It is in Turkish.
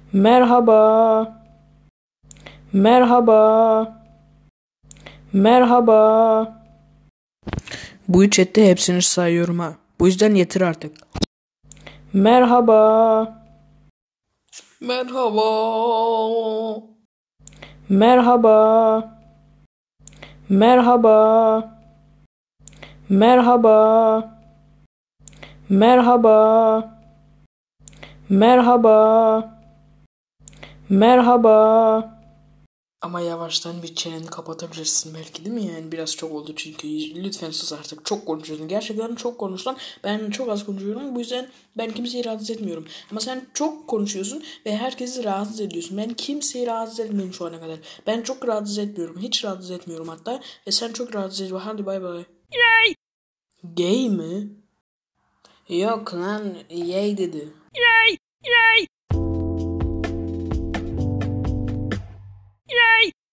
Merhaba, merhaba, merhaba. Bu chatte hepsini sayıyorum ha. Bu yüzden yeter artık. Merhaba, Merhaba. merhaba, merhaba, merhaba, merhaba, merhaba, merhaba. Ama yavaştan bir çeneni kapatabilirsin belki, değil mi? Yani biraz çok oldu çünkü. Lütfen sus artık. Çok konuşuyorsun. Gerçekten çok konuşsan. Ben çok az konuşuyorum. Bu yüzden ben kimseyi rahatsız etmiyorum. Ama sen çok konuşuyorsun ve herkesi rahatsız ediyorsun. Ben kimseyi rahatsız etmedim şu ana kadar. Ben çok rahatsız etmiyorum. Hiç rahatsız etmiyorum hatta. Ve sen çok rahatsız ediyorsun. Hadi bay bay. Yay! Gay mi? Yok lan. Yay dedi. Yay! Yay!